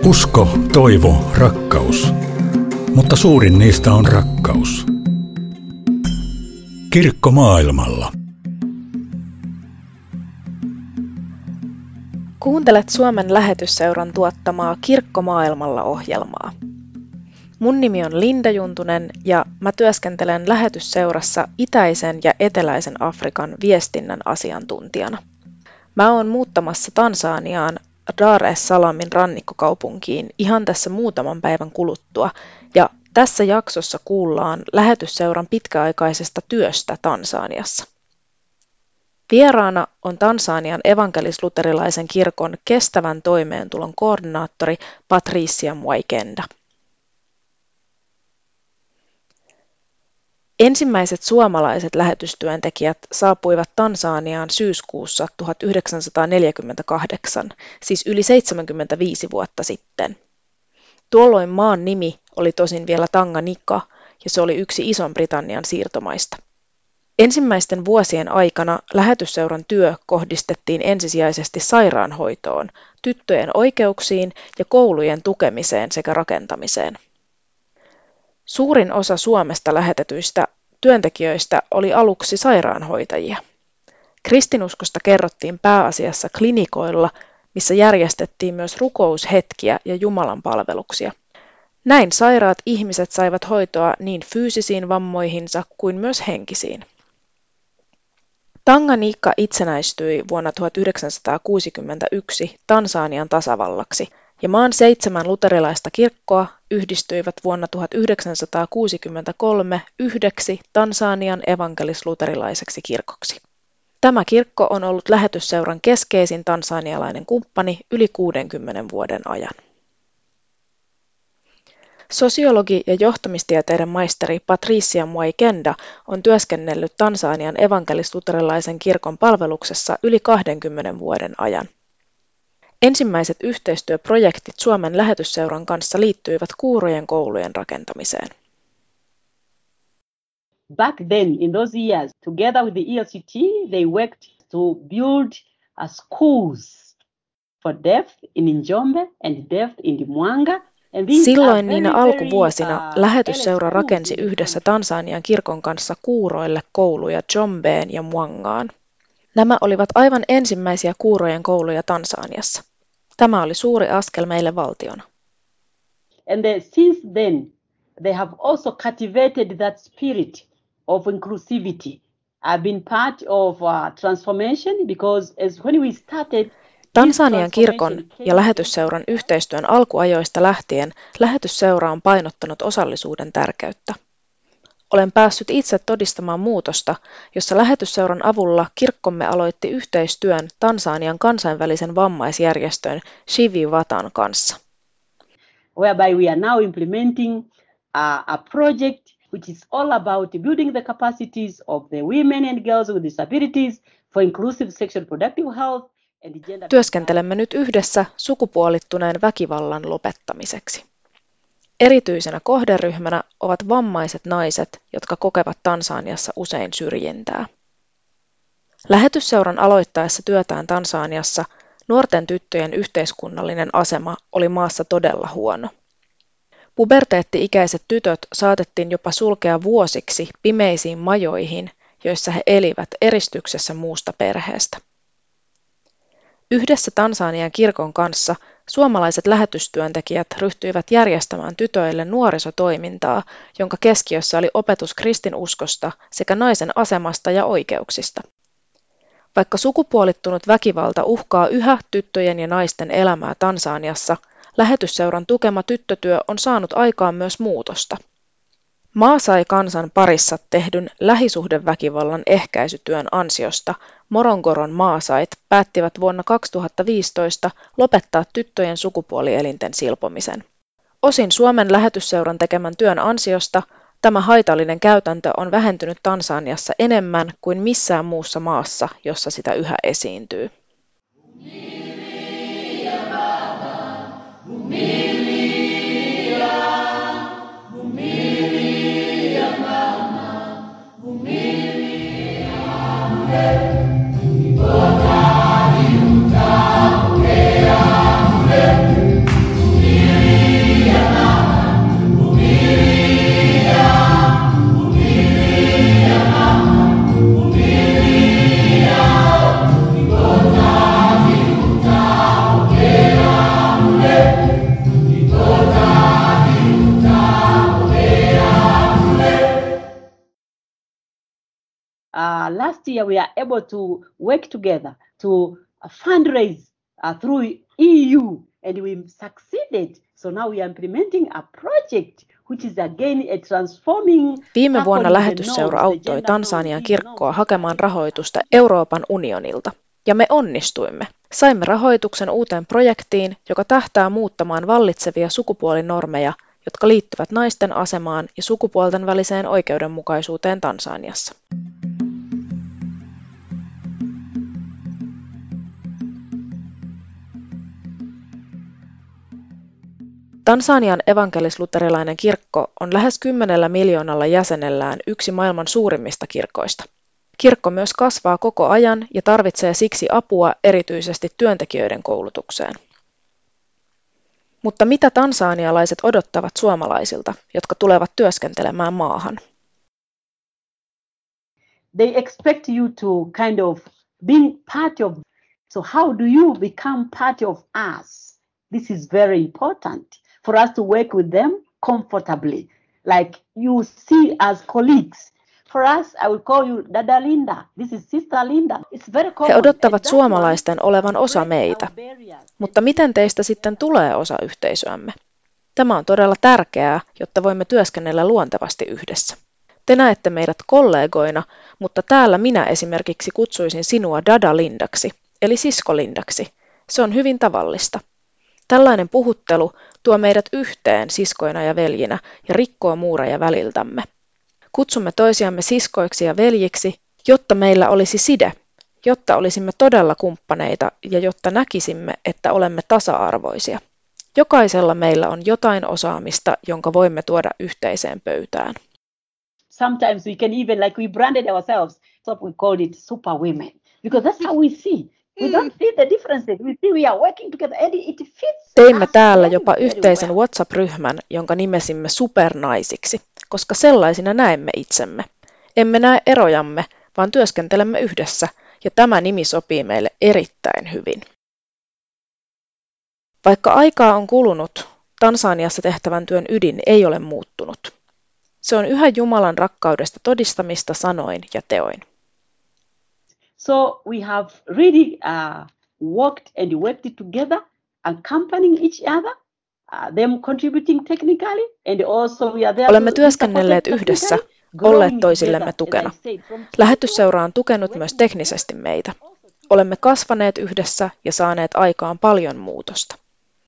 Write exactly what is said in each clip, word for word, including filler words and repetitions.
Usko, toivo, rakkaus. Mutta suurin niistä on rakkaus. Kirkko maailmalla. Kuuntelet Suomen Lähetysseuran tuottamaa Kirkko maailmalla -ohjelmaa. Mun nimi on Linda Juntunen ja mä työskentelen Lähetysseurassa itäisen ja eteläisen Afrikan viestinnän asiantuntijana. Mä oon muuttamassa Tansaniaan Dar es Salamin rannikkokaupunkiin ihan tässä muutaman päivän kuluttua ja tässä jaksossa kuullaan Lähetysseuran pitkäaikaisesta työstä Tansaniassa. Vieraana on Tansanian evankelis-luterilaisen kirkon kestävän toimeentulon koordinaattori Patricia Mwakenda. Ensimmäiset suomalaiset lähetystyöntekijät saapuivat Tansaniaan syyskuussa tuhatyhdeksänsataaneljäkymmentäkahdeksan, siis yli seitsemänkymmentäviisi vuotta sitten. Tuolloin maan nimi oli tosin vielä Tanganyika ja se oli yksi Ison-Britannian siirtomaista. Ensimmäisten vuosien aikana Lähetysseuran työ kohdistettiin ensisijaisesti sairaanhoitoon, tyttöjen oikeuksiin ja koulujen tukemiseen sekä rakentamiseen. Suurin osa Suomesta lähetetyistä työntekijöistä oli aluksi sairaanhoitajia. Kristinuskosta kerrottiin pääasiassa klinikoilla, missä järjestettiin myös rukoushetkiä ja Jumalan palveluksia. Näin sairaat ihmiset saivat hoitoa niin fyysisiin vammoihinsa kuin myös henkisiin. Tanganyika itsenäistyi vuonna tuhatyhdeksänsataakuusikymmentäyksi Tansanian tasavallaksi ja maan seitsemän luterilaista kirkkoa yhdistyivät vuonna tuhatyhdeksänsataakuusikymmentäkolme yhdeksi Tansanian evankelis-luterilaiseksi kirkoksi. Tämä kirkko on ollut Lähetysseuran keskeisin tansanialainen kumppani yli kuudenkymmenen vuoden ajan. Sosiologi ja johtamistieteiden maisteri Patricia Mwakenda on työskennellyt Tansanian evankelis-luterilaisen kirkon palveluksessa yli kahdenkymmenen vuoden ajan. Ensimmäiset yhteistyöprojektit Suomen Lähetysseuran kanssa liittyivät kuurojen koulujen rakentamiseen. Back then, in those years, together with the E L C T, they worked to build a schools for deaf in Njombe and deaf in Mwanga. Silloin niinä alkuvuosina Lähetysseura rakensi yhdessä Tansanian kirkon kanssa kuuroille kouluja Njombeen ja Mwangaan. Nämä olivat aivan ensimmäisiä kuurojen kouluja Tansaniassa. Tämä oli suuri askel meille valtiona. And the, since then, they have also cultivated that spirit of inclusivity. I've been part of uh, transformation because as when we started, Tansanian kirkon ja Lähetysseuran yhteistyön alkuajoista lähtien Lähetysseura on painottanut osallisuuden tärkeyttä. Olen päässyt itse todistamaan muutosta, jossa Lähetysseuran avulla kirkkomme aloitti yhteistyön Tansanian kansainvälisen vammaisjärjestön Shivi-Watan kanssa. Whereby we are now implementing a, a project which is all about building the capacities of the women and girls with disabilities for inclusive sexual reproductive health. Työskentelemme nyt yhdessä sukupuolittuneen väkivallan lopettamiseksi. Erityisenä kohderyhmänä ovat vammaiset naiset, jotka kokevat Tansaniassa usein syrjintää. Lähetysseuran aloittaessa työtään Tansaniassa nuorten tyttöjen yhteiskunnallinen asema oli maassa todella huono. Puberteetti-ikäiset tytöt saatettiin jopa sulkea vuosiksi pimeisiin majoihin, joissa he elivät eristyksessä muusta perheestä. Yhdessä Tansanian kirkon kanssa suomalaiset lähetystyöntekijät ryhtyivät järjestämään tytöille nuorisotoimintaa, jonka keskiössä oli opetus kristinuskosta sekä naisen asemasta ja oikeuksista. Vaikka sukupuolittunut väkivalta uhkaa yhä tyttöjen ja naisten elämää Tansaniassa, Lähetysseuran tukema tyttötyö on saanut aikaan myös muutosta. Maasai-kansan parissa tehdyn lähisuhdeväkivallan ehkäisytyön ansiosta Morongoron maasait päättivät vuonna kaksituhattaviisitoista lopettaa tyttöjen sukupuolielinten silpomisen. Osin Suomen Lähetysseuran tekemän työn ansiosta tämä haitallinen käytäntö on vähentynyt Tansaniassa enemmän kuin missään muussa maassa, jossa sitä yhä esiintyy. Vumilia, last year we are able to work together to fundraise uh, through E U, and we succeeded. So now we are implementing a project which is again a transforming. Viime vuonna lähetysseura auttoi Tansanian kirkkoa hakemaan rahoitusta Euroopan unionilta, ja me onnistuimme. Saimme rahoituksen uuteen projektiin, joka tähtää muuttamaan vallitsevia sukupuolinormeja, jotka liittyvät naisten asemaan ja sukupuolten väliseen oikeudenmukaisuuteen Tansaniassa. Tansanian evankelis-luterilainen kirkko on lähes kymmenellä miljoonalla jäsenellään yksi maailman suurimmista kirkoista. Kirkko myös kasvaa koko ajan ja tarvitsee siksi apua erityisesti työntekijöiden koulutukseen. Mutta mitä tansanialaiset odottavat suomalaisilta, jotka tulevat työskentelemään maahan? They expect you to kind of being part of. So how do you become part of us? This is very important for us to work with them comfortably. Like you see as colleagues. For us, I will call you Dada Linda. This is Sister Linda. It's very common. He odottavat suomalaisten olevan osa meitä. Mutta miten teistä sitten tulee osa yhteisöämme? Tämä on todella tärkeää, jotta voimme työskennellä luontevasti yhdessä. Te näette meidät kollegoina, mutta täällä minä esimerkiksi kutsuisin sinua Dada Lindaksi, eli sisko Lindaksi. Se on hyvin tavallista. Tällainen puhuttelu tuo meidät yhteen siskoina ja veljinä ja rikkoo muureja väliltämme. Kutsumme toisiamme siskoiksi ja veljiksi, jotta meillä olisi side, jotta olisimme todella kumppaneita ja jotta näkisimme, että olemme tasa-arvoisia. Jokaisella meillä on jotain osaamista, jonka voimme tuoda yhteiseen pöytään. Sometimes we can even, like we branded ourselves, so we called it super women, because that's how we see. We don't see the differences. We see we are working together and it fits. Teimme täällä jopa yhteisen WhatsApp-ryhmän, jonka nimesimme supernaisiksi, koska sellaisina näemme itsemme. Emme näe erojamme, vaan työskentelemme yhdessä, ja tämä nimi sopii meille erittäin hyvin. Vaikka aikaa on kulunut, Tansaniassa tehtävän työn ydin ei ole muuttunut. Se on yhä Jumalan rakkaudesta todistamista sanoin ja teoin. So we have really uh, worked and worked together, accompanying each other, uh, them contributing technically, and also we are there. Olemme työskennelleet yhdessä, olleet toisillemme tukena. Lähetysseura on tukenut myös teknisesti meitä. Olemme kasvaneet yhdessä ja saaneet aikaan paljon muutosta.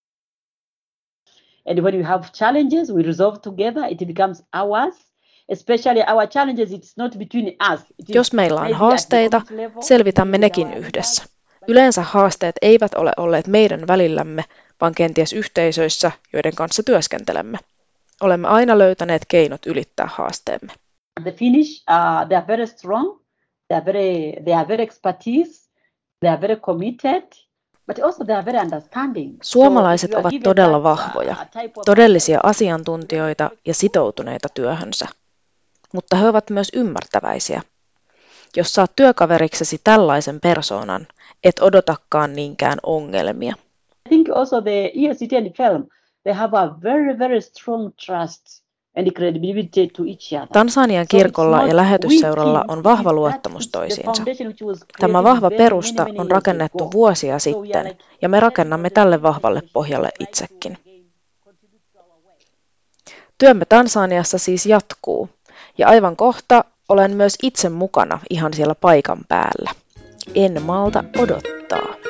And when we have challenges, we resolve together, it becomes ours. Especially our challenges, it's not between us. Jos meillä on haasteita, selvitämme nekin yhdessä. Yleensä haasteet eivät ole olleet meidän välillämme, vaan kenties yhteisöissä, joiden kanssa työskentelemme. Olemme aina löytäneet keinot ylittää haasteemme. The Finnish, uh, they are very strong, they are very, they are very expertise, they are very committed, but also they are very understanding. Suomalaiset ovat todella vahvoja, todellisia asiantuntijoita ja sitoutuneita työhönsä. Mutta he ovat myös ymmärtäväisiä. Jos saat työkaveriksesi tällaisen persoonan, et odotakaan niinkään ongelmia. I think also the E S C T and film, they have a very, very strong trust and credibility to each other. Tansanian kirkolla ja lähetysseuralla on vahva luottamus toisiinsa. Tämä vahva perusta on rakennettu vuosia sitten, ja me rakennamme tälle vahvalle pohjalle itsekin. Työmme Tansaniassa siis jatkuu. Ja aivan kohta olen myös itse mukana ihan siellä paikan päällä. En malta odottaa.